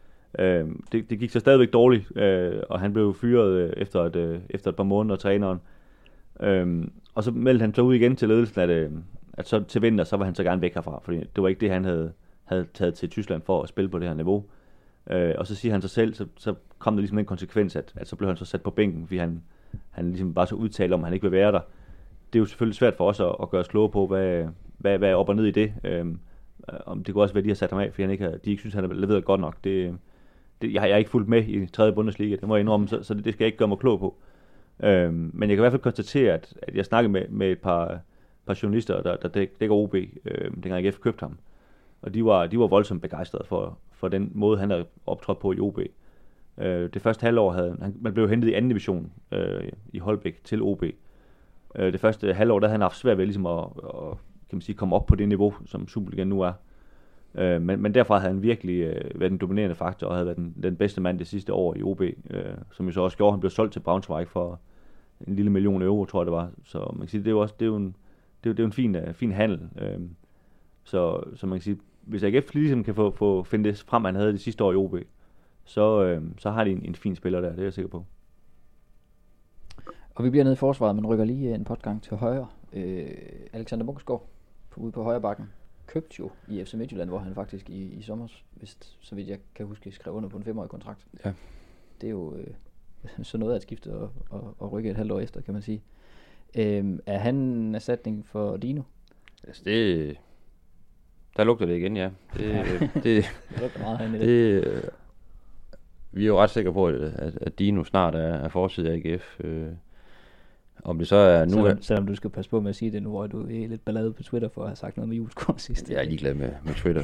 Det gik så stadigvæk dårligt, og han blev fyret efter et par måneder af træneren. Og så meldte han så ud igen til ledelsen, at så til vinter, så var han så gerne væk herfra, fordi det var ikke det, han havde taget til Tyskland for at spille på det her niveau. Og så siger han sig selv, så kom der ligesom en konsekvens, at så blev han så sat på bænken, fordi han ligesom bare så udtalte om, at han ikke vil være der. Det er jo selvfølgelig svært for os at gøre os kloge på, hvad er op og ned i det. Om det kunne også være, at de har sat ham af, fordi de ikke synes, han har leveret godt nok. Jeg har ikke fulgt med i 3. Bundesliga, det må jeg indrømme, så det skal jeg ikke gøre mig klog på. Men jeg kan i hvert fald konstatere, at jeg snakkede med et par journalister, der dækker OB, dengang AGF købte ham. Og de var voldsomt begejstrede for den måde, han havde optrådt på i OB. Det første halvår man blev hentet i anden division i Holbæk til OB. Det første halvår, der havde han haft svært ved ligesom at kan man sige, komme op på det niveau, som Superligaen nu er. Men derfra havde han virkelig været en dominerende faktor, og havde været den bedste mand det sidste år i OB, som jo så også gjorde, han blev solgt til Braunschweig for 1 million euro, tror jeg det var. Så man kan sige, det er det er jo en fin handel. Så man kan sige, hvis AGF ligesom kan få finde det frem, han havde det sidste år i OB, så har de en fin spiller der, det er jeg sikker på. Og vi bliver nede i forsvaret, men rykker lige en potgang til højre. Alexander Munksgaard ude på højre bakken købte jo i FC Midtjylland, hvor han faktisk i sommer, så vidt jeg kan huske, skrev under på en 5-årig kontrakt. Ja. Det er jo så noget at skifte og rykke et halvt år efter, kan man sige. Er han en erstatning for Dino? Altså der lugter det igen, ja. Det lugter meget herinde i det. Vi er jo ret sikre på, at Dino snart er forside af AGF. Om det så er nu... Selvom du skal passe på med at sige det nu, hvor du er lidt ballade på Twitter for at have sagt noget med Julesgaard sidst. Jeg er ligeglad med Twitter.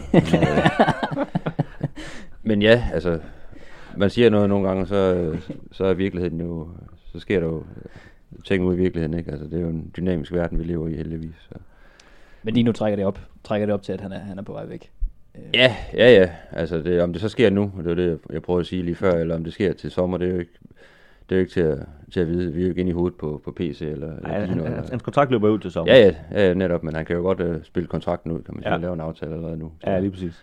Men ja, altså... Man siger noget nogle gange, så er virkeligheden jo... Så sker der jo ting ud i virkeligheden, ikke? Altså, det er jo en dynamisk verden, vi lever i, heldigvis. Så. Men Dino trækker det op til, at han er på vej væk. Ja. Altså, om det så sker nu, og det var det, jeg prøvede at sige lige før, eller om det sker til sommer, det er jo ikke til at vide. Vi er jo ikke inde i hovedet på PC eller Dino. Hans kontrakt løber ud til sommer. Ja, netop, men han kan jo godt spille kontrakten ud, kan man sige, og lave en aftale allerede nu. Så. Ja, lige præcis.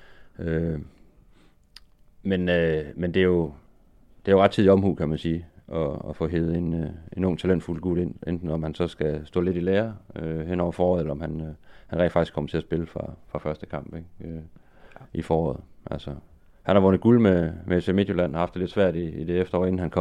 Men det er jo ret tidlig omhu, kan man sige, at få hævet en ung talentfuld gut ind, enten om han så skal stå lidt i lære hen over foråret, eller om han rent faktisk kommer til at spille fra første kamp, ikke? I foråret. Altså, han har vundet guld med FC Midtjylland, har haft det lidt svært i det efterår, inden han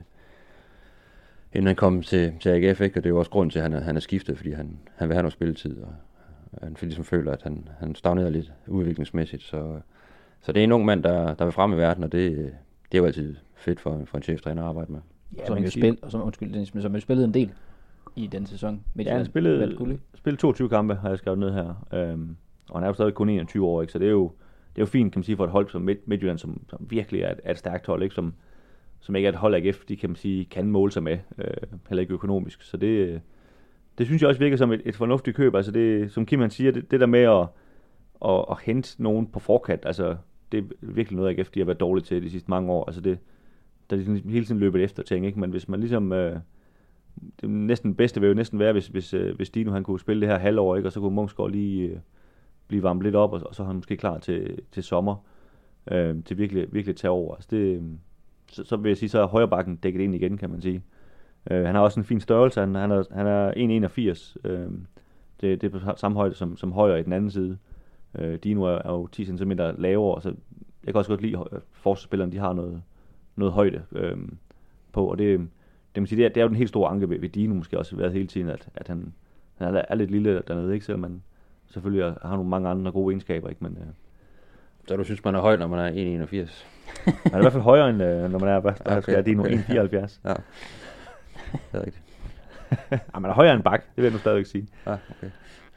kom til AGF, ikke? Og det er jo også grund til, at han er skiftet, fordi han vil have noget spilletid, og han ligesom føler, at han stagnerer lidt udviklingsmæssigt, så det er en ung mand, der vil frem i verden, og det er jo altid fedt for en cheftræner at arbejde med. Ja, som jo spillede en del i den sæson. Ja, han spillede 22 kampe, har jeg skrevet ned her. Og han er jo stadig kun 21 år, ikke? Så det er jo fint, kan man sige, for et hold som Midtjylland, som virkelig er et stærkt hold, ikke? Som ikke er et hold af AGF, de kan man sige, kan måle sig med, heller ikke økonomisk. Så det synes jeg også virker som et fornuftigt køb. Altså det, som Kim han siger, det der med at hente nogen på forkant, altså det er virkelig noget, AGF de har været dårlige til de sidste mange år. Altså der er de hele tiden løbet efter ting, ikke? Men hvis man ligesom... det næsten bedste vil jo næsten være, hvis Dino han kunne spille det her halvår, ikke? Og så kunne Munksgaard lige blive varmet lidt op, og så er han måske klar til sommer, til virkelig tage over. Altså så vil jeg sige, så er højre bakken dækket ind igen, kan man sige. Han har også en fin størrelse, han er 1,81. Det er på samme højde som højre i den anden side. Dino er jo 10 cm lavere, så jeg kan også godt lide forsvarsspillerne, de har noget højde på, og det man sige, det er jo den helt store anke ved Dino måske også været hele tiden, at han er lidt lille dernede, ikke? Selvom man selvfølgelig har nogle mange andre gode egenskaber, ikke? Men, så du synes, man er høj, når man er 1,81? Man er i hvert fald højere, end når man er Dino 1,74. Ja, det er rigtigt. Ja, man er højere end Bak, det vil jeg nu stadigvæk sige. Ja, okay.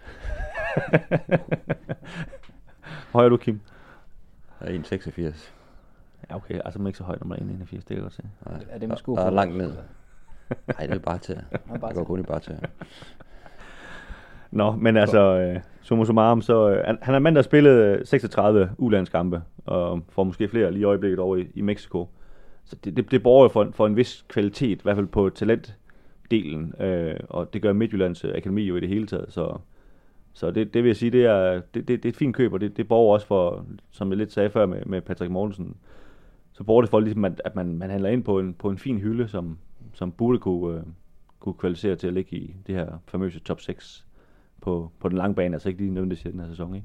Højere du, Kim? Jeg er 1,86. Ja, okay, altså man er ikke så høj, når man er 1,81, det kan jeg godt se. Nej, er det med sko på? Der er langt ned. Nej, det er bare til. Det går kun i bare til. Nå, men altså, summa summarum, så han er en mand, der har spillet 36 U-landskampe, og får måske flere lige i øjeblikket over i Mexico. Så det borger jo for en vis kvalitet, i hvert fald på talentdelen, og det gør Midtjyllands akademi jo i det hele taget, så det vil jeg sige, det er et fint køb, og det borger også for, som jeg lidt sagde før med Patrick Mortensen, så borger det for ligesom, at man handler ind på en fin hylde, som burde kunne kvalificere til at ligge i det her famøse top 6 på den lange bane, altså ikke lige nødvendigvis i den her sæson, ikke?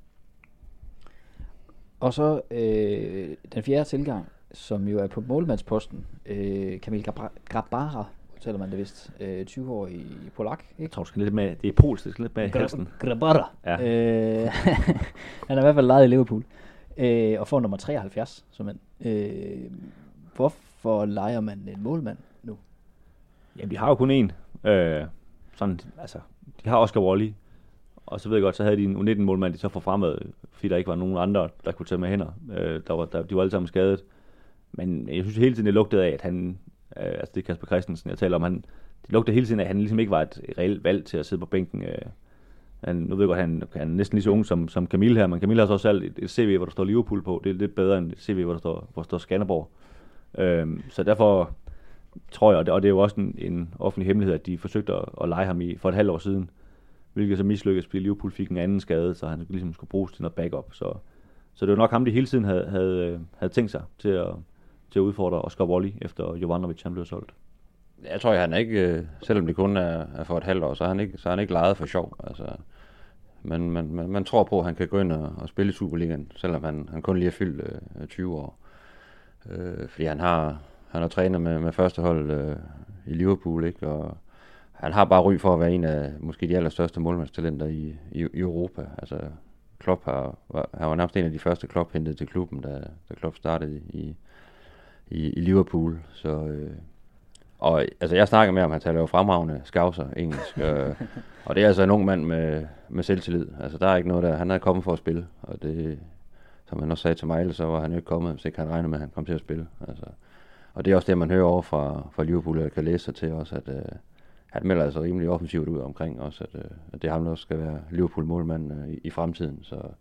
Og så den fjerde tilgang, som jo er på målmandsposten, Kamil Grabara, selvom man det vist, 20 år i Polak, ikke? Jeg tror lidt med, det er polsk, det er lidt med halsen. Grabara. Ja. Han er i hvert fald lejet i Liverpool, og får nummer 73, som man. Hvorfor lejer man en målmand nu? Jamen, de har jo kun én. Sådan, altså, de har Oscar Wally, og så ved jeg godt, så havde de en U19-målmand, de så forfremmede, fordi der ikke var nogen andre, der kunne tage med hænder. De var alle sammen skadet. Men jeg synes hele tiden, det lugtede af, at han, altså det er Kasper Christensen, jeg taler om, det lugtede hele tiden af, at han ligesom ikke var et reelt valg til at sidde på bænken. Nu ved jeg godt, han er næsten lige så ung som Camille her, men Camille har så også alt et CV, hvor der står Liverpool på. Det er lidt bedre end et CV, hvor der står Skanderborg. Så derfor tror jeg, og det er jo også en offentlig hemmelighed, at de forsøgte at lege ham for et halvt år siden. hvilket så mislykkedes, fordi Liverpool fik en anden skade, så han ligesom skulle bruges til noget backup. Så det var nok ham, de hele tiden havde tænkt sig til at udfordre Oscar Wally, efter Jovanovic han blev solgt. Jeg tror, han er ikke, selvom det kun er for et halvt år, så er han ikke lejet for sjov. Altså, men man tror på, at han kan gå ind og spille i Superligaen, selvom han kun lige er fyldt 20 år. Fordi han har trænet med førstehold i Liverpool, ikke? Og han har bare ry for at være en af måske de allerstørste målmandstalenter i Europa. Altså, Klopp han var nærmest en af de første, Klopp hentede til klubben, da Klopp startede i Liverpool. Så, og altså, jeg snakker med ham, han taler jo fremragende skavser engelsk. Og det er altså en ung mand med selvtillid. Altså, der er ikke noget der. Han er kommet for at spille, og det, som han også sagde til mig, så var han jo ikke kommet, hvis ikke han regnede med, at han kom til at spille. Altså, og det er også det, man hører over fra Liverpool, og kan læse sig til også, at han melder altså rimelig offensivt ud omkring også, at det er ham, der skal være Liverpool-målmand i fremtiden.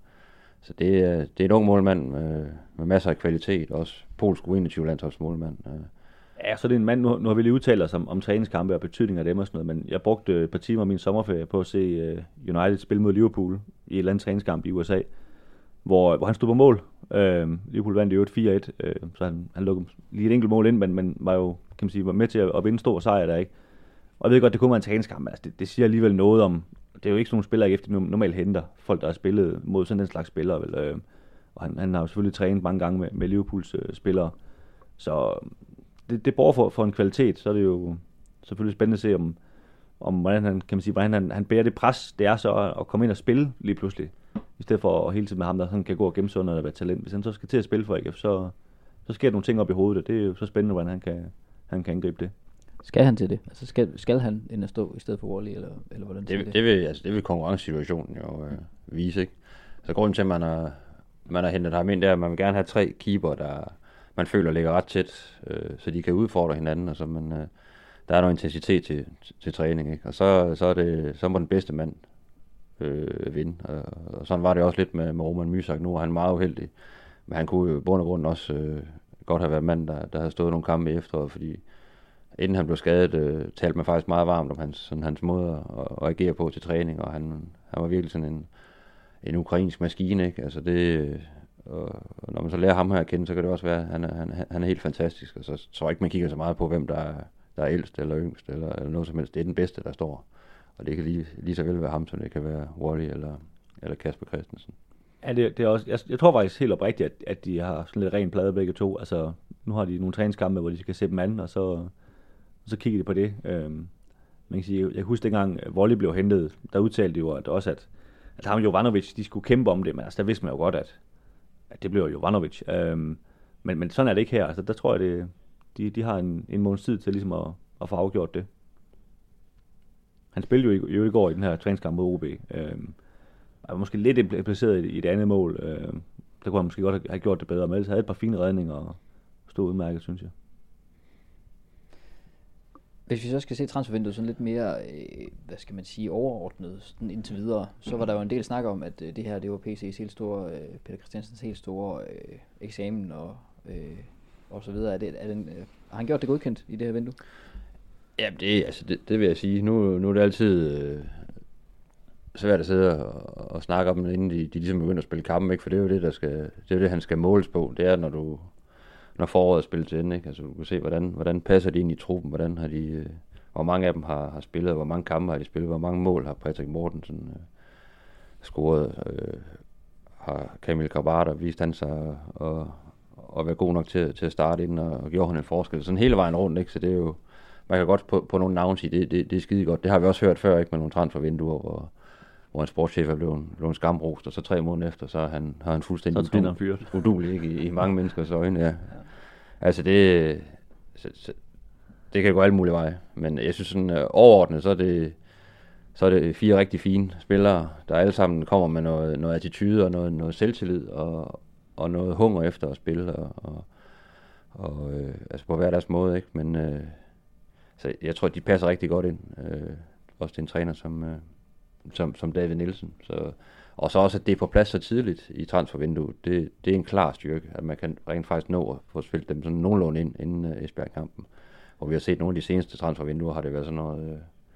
Så det er en ung målmand med masser af kvalitet, også polsk U21-landsholdsmålmand. Ja, så det er en mand, nu har vi lige udtalt os om træningskampe og betydning af dem og sådan noget, men jeg brugte et par timer af min sommerferie på at se United spille mod Liverpool i et eller andet træningskamp i USA, hvor han stod på mål. Liverpool vandt i øvrigt 4-1, så han lukkede lige et enkelt mål ind, men var jo, kan man sige, var med til at vinde stor sejr der, ikke? Og jeg ved godt, det kunne være en træningskamp, altså det siger alligevel noget om, det er jo ikke sådan nogle spillere, ikke, efter normalt henter folk, der har spillet mod sådan den slags spillere, vel? Og han har jo selvfølgelig trænet mange gange med Liverpools spillere, så det borger for en kvalitet, så er det jo selvfølgelig spændende at se, om hvordan han, kan man sige, hvordan han bærer det pres, det er så at komme ind og spille lige pludselig, i stedet for at hele tiden med ham, der sådan kan gå og gemme sig under at være talent. Hvis han så skal til at spille for AGF, så sker der nogle ting op i hovedet, og det er jo så spændende, hvordan han kan angribe det. Skal han til det? Altså skal han ind og stå i stedet for Wally, eller hvordan det vil konkurrencesituationen jo vise, ikke? Så grunden til, at man har hentet ham ind, der, at man vil gerne have 3 keeper, der man føler ligger ret tæt, så de kan udfordre hinanden, og så der er noget intensitet til træning, ikke? Og så må den bedste mand vinde. Og sådan var det også lidt med Roman Mysak. Nu er han meget uheldig, men han kunne jo i bund og grund også godt have været mand, der havde stået nogle kampe i efteråret, fordi inden han blev skadet, talte man faktisk meget varmt om hans måde at agere på til træning, og han var virkelig sådan en ukrainsk maskine, ikke? Altså det, og når man så lærer ham her at kende, så kan det også være, at han er helt fantastisk, og så tror jeg ikke, man kigger så meget på, hvem der er ældst eller yngst, eller noget som helst. Det er den bedste, der står. Og det kan lige så vel være ham, som det kan være Wally eller Kasper Christensen. Ja, det er også, jeg tror faktisk helt oprigtigt, at de har sådan lidt ren plade begge to. Altså, nu har de nogle træningskampe, hvor de skal se dem anden, og så kigger de på det. Man kan sige, jeg husker dengang Wally blev hentet, der udtalte de jo at ham og Jovanovic, de skulle kæmpe om det, men altså, der vidste man jo godt, at det blev Jovanovic. Men sådan er det ikke her. Altså, der tror jeg, de har en måneds tid til ligesom at få afgjort det. Han spillede jo i går i den her træningskamp mod OB. Er måske lidt impliceret i det andet mål. Der kunne han måske godt have gjort det bedre, men ellers havde et par fine redninger og stod udmærket, synes jeg. Hvis vi så skal se transfervinduet sådan lidt mere, hvad skal man sige, overordnet sådan indtil videre, så var der jo en del snak om, at det her, det var PC's helt store, Peter Christiansens helt store eksamen og så videre. Har han gjort det godkendt i det her vindue? Ja, det vil jeg sige. Nu er det altid svært at sidde og snakke om, inden de ligesom begynder at spille kampen, ikke? For det er jo det, han skal måles på. Det er, når foråret spiller til ende, ikke? Altså, du kan se, hvordan passer de ind i truppen, hvordan har de, hvor mange af dem har spillet, hvor mange kampe har de spillet, hvor mange mål har Patrick Mortensen scoret, har Kamil Grabara vist han sig at være god nok til at starte ind, og gjorde han en forskel. Sådan hele vejen rundt, ikke? Så det er jo, man kan godt på nogle navne sige, det er skide godt. Det har vi også hørt før, ikke, med nogle transfervinduer, hvor en sportschef er blevet en skamrost, og så 3 måneder efter, så har han fuldstændig uduelig, ikke, i mange menneskers øjne. Ja. Altså det kan gå alle mulige veje, men jeg synes sådan overordnet, så er det 4 rigtig fine spillere, der alle sammen kommer med noget attitude og noget selvtillid og noget hunger efter at spille og altså på hver deres måde, ikke? Men så jeg tror, de passer rigtig godt ind, også til en træner som David Nielsen. Og så også, at det er på plads så tidligt i transfervinduet, det er en klar styrke, at man kan rent faktisk nå at få spillet dem sådan nogenlunde ind inden Esbjerg-kampen. Hvor vi har set nogle af de seneste transfervinduer, har det været sådan noget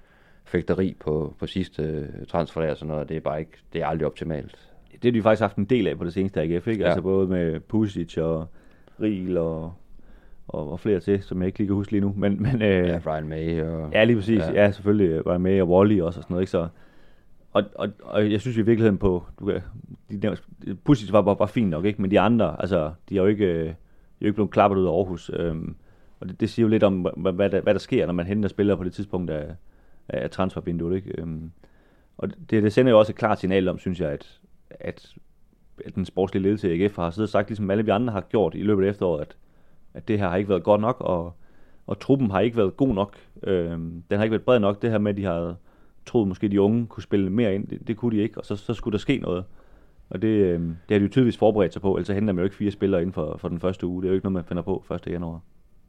fægteri på sidste transfer og sådan noget. Det er bare ikke, det er aldrig optimalt. Det har de faktisk haft en del af på det seneste AGF, ikke? Ja. Altså både med Pusic og Riel og flere til, som jeg ikke lige kan huske lige nu. Men Ja, Brian May og... ja, lige præcis. Ja, selvfølgelig Brian May og Wally også og sådan noget, ikke? Så, og jeg synes i virkeligheden på... Pusic var fint nok, ikke? Men de andre, altså, de er jo ikke blevet klappet ud af Aarhus. Og det siger jo lidt om, hvad der sker, når man henter spillere på det tidspunkt af transfervinduet, ikke? Og det sender jo også et klart signal om, synes jeg, at den sportslige ledelse i AGF har siddet og sagt, ligesom alle vi andre har gjort i løbet af efteråret, at det her har ikke været godt nok, og truppen har ikke været god nok. Den har ikke været bred nok. Det her med, at de har troet, måske de unge kunne spille mere ind, det kunne de ikke, og så skulle der ske noget. Og det har de jo tydeligvis forberedt sig på, ellers henter man jo ikke 4 spillere inden for den første uge. Det er jo ikke noget, man finder på 1. januar.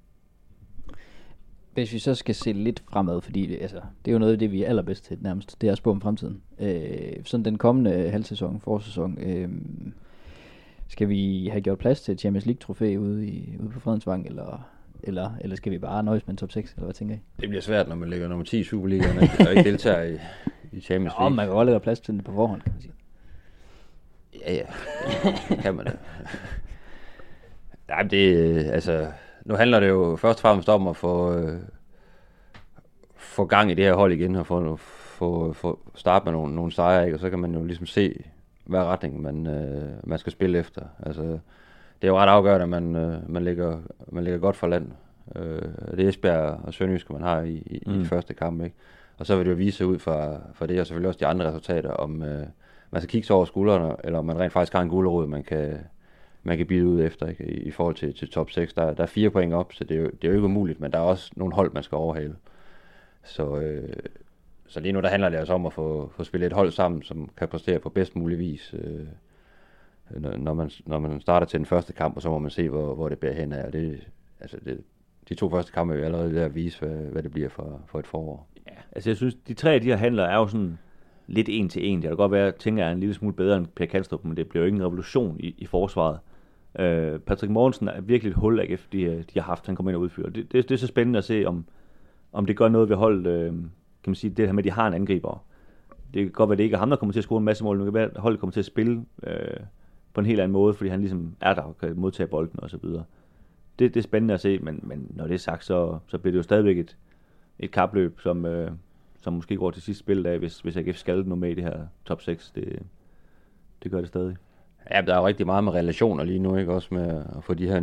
Hvis vi så skal se lidt fremad, fordi det er jo noget af det, vi er allerbedst til nærmest, det er at spå om fremtiden. Sådan den kommende halvsæson, forårssæson, skal vi have gjort plads til Champions League-trofæ ude på Fredensvang, eller skal vi bare nøjes med en top 6, eller hvad tænker I? Det bliver svært, når man ligger nummer 10 i Superligaen og ikke deltager i Champions League. Man kan godt lægge plads til den på forhånd, kan man sige. Ja, kan man det. Nej, det nu handler det jo først og fremmest om at få gang i det her hold igen, og få starte med nogle sejre, ikke? Og så kan man jo ligesom se, hvad retning man skal spille efter. Altså, det er jo ret afgørende, at man ligger godt for land. Det er Esbjerg og Sønderjyske, man har i første kamp, ikke? Og så vil det jo vise ud fra det, og selvfølgelig også de andre resultater, om man skal kigge sig over skuldrene, eller om man rent faktisk har en gulerod, man kan bide ud efter, ikke? I forhold til top 6. Der er 4 point op, så det er jo ikke umuligt, men der er også nogle hold, man skal overhale. Så lige nu der handler det altså om at få spillet et hold sammen, som kan præstere på bedst mulig vis, når man starter til den første kamp, og så må man se, hvor det bærer hen af. De 2 første kampe er jo allerede ved at vise, hvad det bliver for et forår. Ja, altså jeg synes, de 3 af de her handler er jo sådan lidt en til en. Det kan godt være, at jeg tænker, er en lille smule bedre end Per Kalstrup, men det bliver jo ikke en revolution i forsvaret. Patrick Mogensen er virkelig et hul, AGF, de har haft, han kommer ind og udfylder. Det er så spændende at se, om det gør noget ved holdet, kan man sige, det her med, at de har en angriber. Det kan godt være, at det ikke er ham, der kommer til at score en masse mål, men det kan være, at holdet kommer til at spille på en helt anden måde, fordi han ligesom er der og kan modtage bolden og så videre. Det er spændende at se, men når det er sagt, så bliver det jo stadigvæk et kapløb, som måske går til sidste spildag, hvis AGF skal nå med i det her top 6. Det gør det stadig. Ja, der er jo rigtig meget med relationer lige nu, ikke? Også med at få de her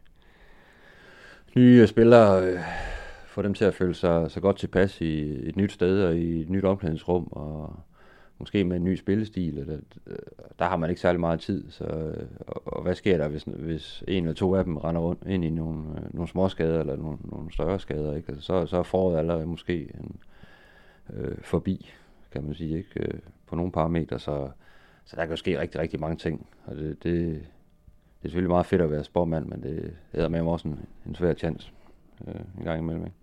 nye spillere, få dem til at føle sig så godt tilpas i et nyt sted og i et nyt omklædningsrum, og måske med en ny spillestil. Der har man ikke særlig meget tid. Og hvad sker der, hvis en eller 2 af dem render rundt ind i nogle små skader eller nogle større skader, ikke? Altså, så er foråret allerede måske forbi, kan man sige, ikke? På nogle parametre, så der kan jo ske rigtig, rigtig mange ting. Og det er selvfølgelig meget fedt at være sportmand, men det er med også en svær chance en gang imellem, ikke?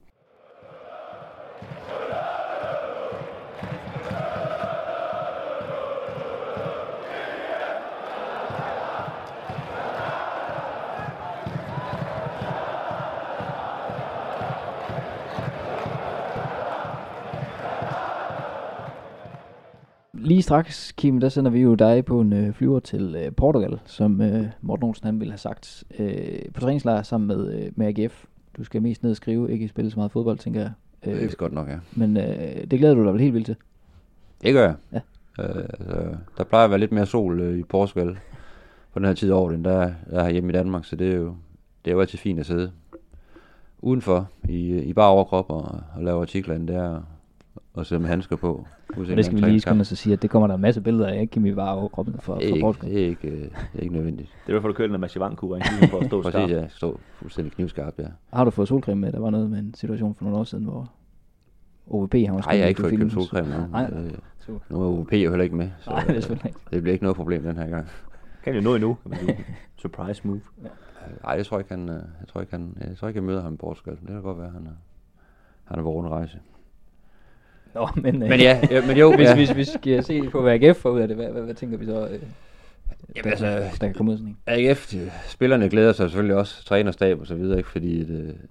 Lige straks, Kim, der sender vi jo dig på en flyver til Portugal, som Morten Olsen han ville have sagt, på træningslejr sammen med AGF. Du skal mest ned og skrive, ikke spille så meget fodbold, tænker jeg. Det er godt nok, ja. Men det glæder du dig vel helt vildt til? Det gør jeg. Ja. Der plejer at være lidt mere sol i Portugal på den her tid af året, end der er hjemme i Danmark, så det er jo altid fint at sidde udenfor i bare overkrop og lave artikler der og sidde med handsker på. Og det skal vi lige skynde os at sige, at det kommer der en masse billeder af, ikke? Kim i bare overkroppen fra Portugal. Det er ikke nødvendigt. Det er derfor, du kører den af Machivan-kur, ikke? For at stå skarp. Præcis, ja. Stå fuldstændig knivskarp, ja. Har du fået solcreme med? Der var noget med en situation for nogle år siden, hvor OVP han var... Nej, jeg har ikke fået købt solcreme nu. Nej. Nu er OVP jo heller ikke med. Så nej, det er selvfølgelig ikke. Det bliver ikke noget problem den her gang. Kan jo nå endnu, kan man sige. Surprise move. Ja. Nej, jeg tror ikke, jeg møder ham i Portugal. Det kan godt være, han er på rundrejse. Nå, men jo. Hvis vi skal se på, hvad AGF får ud af det, hvad tænker vi så, der kan komme ud sådan en? AGF, spillerne glæder sig selvfølgelig også, trænerstab og så videre, ikke? Fordi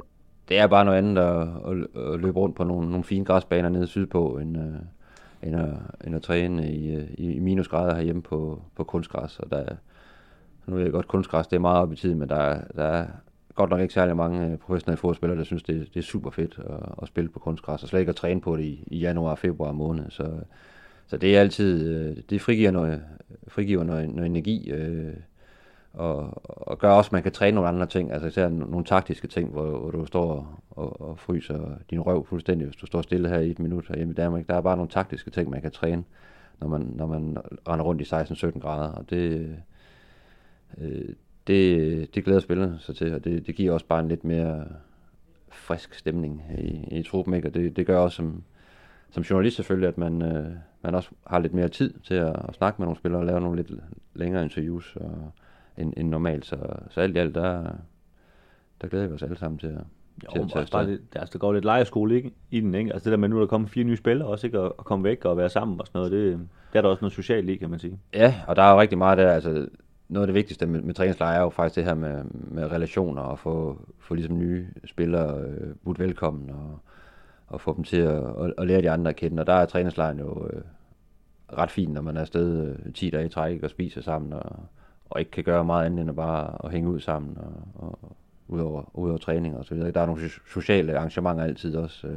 det er bare noget andet at løbe rundt på nogle fine græsbaner nede sydpå, end at træne i minusgrader herhjemme på kunstgræs. Og nu ved jeg godt, kunstgræs det er meget op i tiden, men der er godt nok ikke særlig mange professionelle fodboldspillere, der synes, det er super fedt at spille på kunstgræs, og slet ikke at træne på det i januar og februar måned. Så det er altid, det frigiver noget energi, og gør også, at man kan træne nogle andre ting, altså især nogle taktiske ting, hvor du står og fryser din røv fuldstændig, hvis du står stille her i 1 minut hjemme i Danmark. Der er bare nogle taktiske ting, man kan træne, når man render rundt i 16-17 grader, og det glæder spillerne sig til, og det giver også bare en lidt mere frisk stemning i truppen, ikke? Og det gør også som journalist selvfølgelig, at man også har lidt mere tid til at snakke med nogle spillere og lave nogle lidt længere interviews end normalt. Så alt i alt, der glæder vi os alle sammen til at tage afsted. Der går lidt lejrskole i den, ikke? Altså det der med nu, der kommer 4 nye spillere også, ikke? At komme væk og være sammen og sådan noget, det er der også noget socialt i, kan man sige. Ja, og der er jo rigtig meget der, altså noget af det vigtigste med træningslejre er jo faktisk det her med relationer, og få ligesom nye spillere budt velkommen, og få dem til at lære de andre at kende. Og der er træningslejren jo ret fint, når man er afsted 10 dage i træk og spiser sammen, og ikke kan gøre meget andet end at bare at hænge ud sammen, og udover træning og så videre. Der er nogle sociale arrangementer altid også.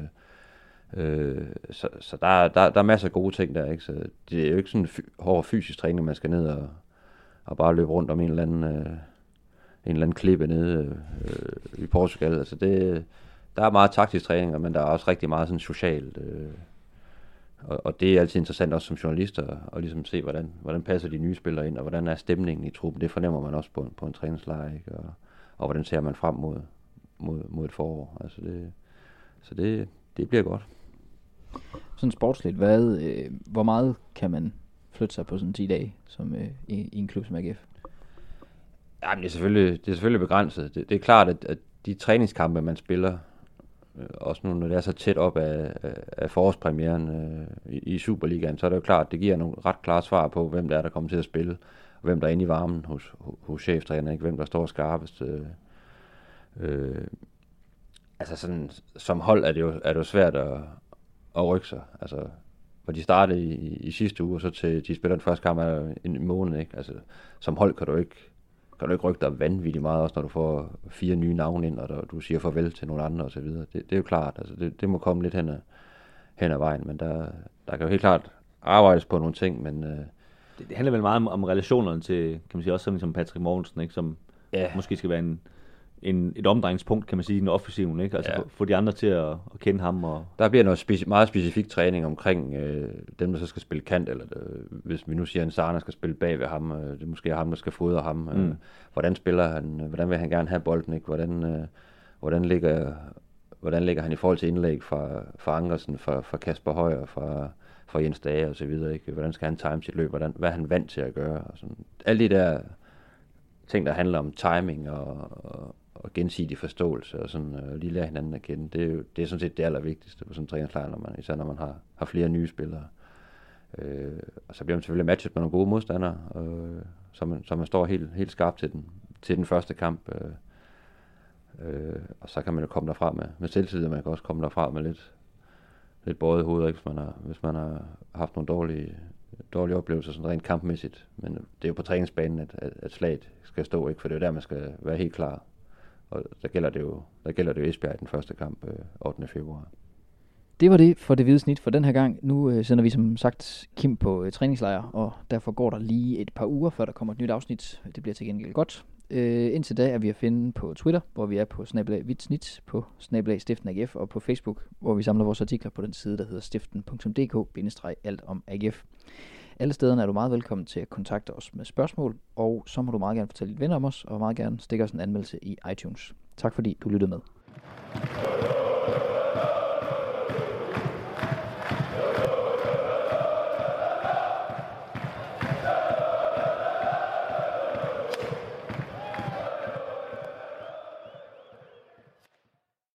Så der er masser af gode ting der, ikke? Så det er jo ikke sådan en hård fysisk træning, man skal ned og bare løbe rundt om en eller anden klippe nede i Portugal. Altså der er meget taktisk træning, men der er også rigtig meget sådan socialt. Og det er altid interessant også som journalist at ligesom se, hvordan passer de nye spillere ind, og hvordan er stemningen i truppen. Det fornemmer man også på en træningslejr, ikke? Og hvordan ser man frem mod et forår. Altså det bliver godt. Sådan sportsligt, hvor meget kan man flytte sig på sådan 10 dage som i en klub som AGF? Jamen, det er selvfølgelig begrænset. Det er klart, at de træningskampe, man spiller, også nu, når det er så tæt op af forårspremieren i Superligaen, så er det jo klart, at det giver nogle ret klare svar på, hvem der kommer til at spille, og hvem der er inde i varmen hos cheftræner, ikke? Hvem der står skarpest. Altså sådan, som hold er det jo svært at rykke sig. Altså, hvor de startede i sidste uge, og så til de spiller den første kamp er en måned, ikke? Altså, som hold kan du ikke rykke dig vanvittigt meget, også når du får 4 nye navne ind, og du siger farvel til nogle andre og så videre. Det er jo klart, altså det må komme lidt hen ad vejen, men der kan jo helt klart arbejdes på nogle ting, men det handler vel meget om relationerne til, kan man sige, også sådan som Patrick Mogensen, ikke? Som måske skal være et omdrejningspunkt, kan man sige, i den offensiven, ikke? Altså få de andre til at kende ham. Og der bliver noget meget specifik træning omkring dem, der så skal spille kant, eller hvis vi nu siger, at Sarna skal spille bag ved ham, det måske er ham, der skal fodre ham. Hvordan spiller han? Hvordan vil han gerne have bolden? Ikke? Hvordan ligger han i forhold til indlæg fra Ankersen, fra Kasper Højer, fra Jens Dage og så videre? Ikke? Hvordan skal han time sit løb? Hvad er han vant til at gøre? Og sådan. Alle de der ting, der handler om timing og gensidig forståelse og sådan, og lige lære hinanden at kende, det er sådan set det allervigtigste på sådan en træningslejr, især når man har flere nye spillere. Og så bliver man selvfølgelig matchet med nogle gode modstandere, så man står helt skarp til den første kamp. Og så kan man jo komme derfra med selvtillid, og man kan også komme derfra med lidt båret hoved, ikke, hvis man har haft nogle dårlige oplevelser sådan rent kampmæssigt. Men det er jo på træningsbanen, at slaget skal stå, ikke, for det er jo der, man skal være helt klar. Og der gælder det jo Esbjerg i den første kamp 8. februar. Det var det for Det Hvide Snit for den her gang. Nu sender vi som sagt Kim på træningslejr, og derfor går der lige et par uger, før der kommer et nyt afsnit. Det bliver til gengæld godt. Indtil da er vi at finde på Twitter, hvor vi er på @hvidsnit, på @stiften.agf, og på Facebook, hvor vi samler vores artikler på den side, der hedder stiften.dk-alt om AGF. Alle stederne er du meget velkommen til at kontakte os med spørgsmål, og så må du meget gerne fortælle dit venner om os, og meget gerne stikke os en anmeldelse i iTunes. Tak fordi du lyttede med.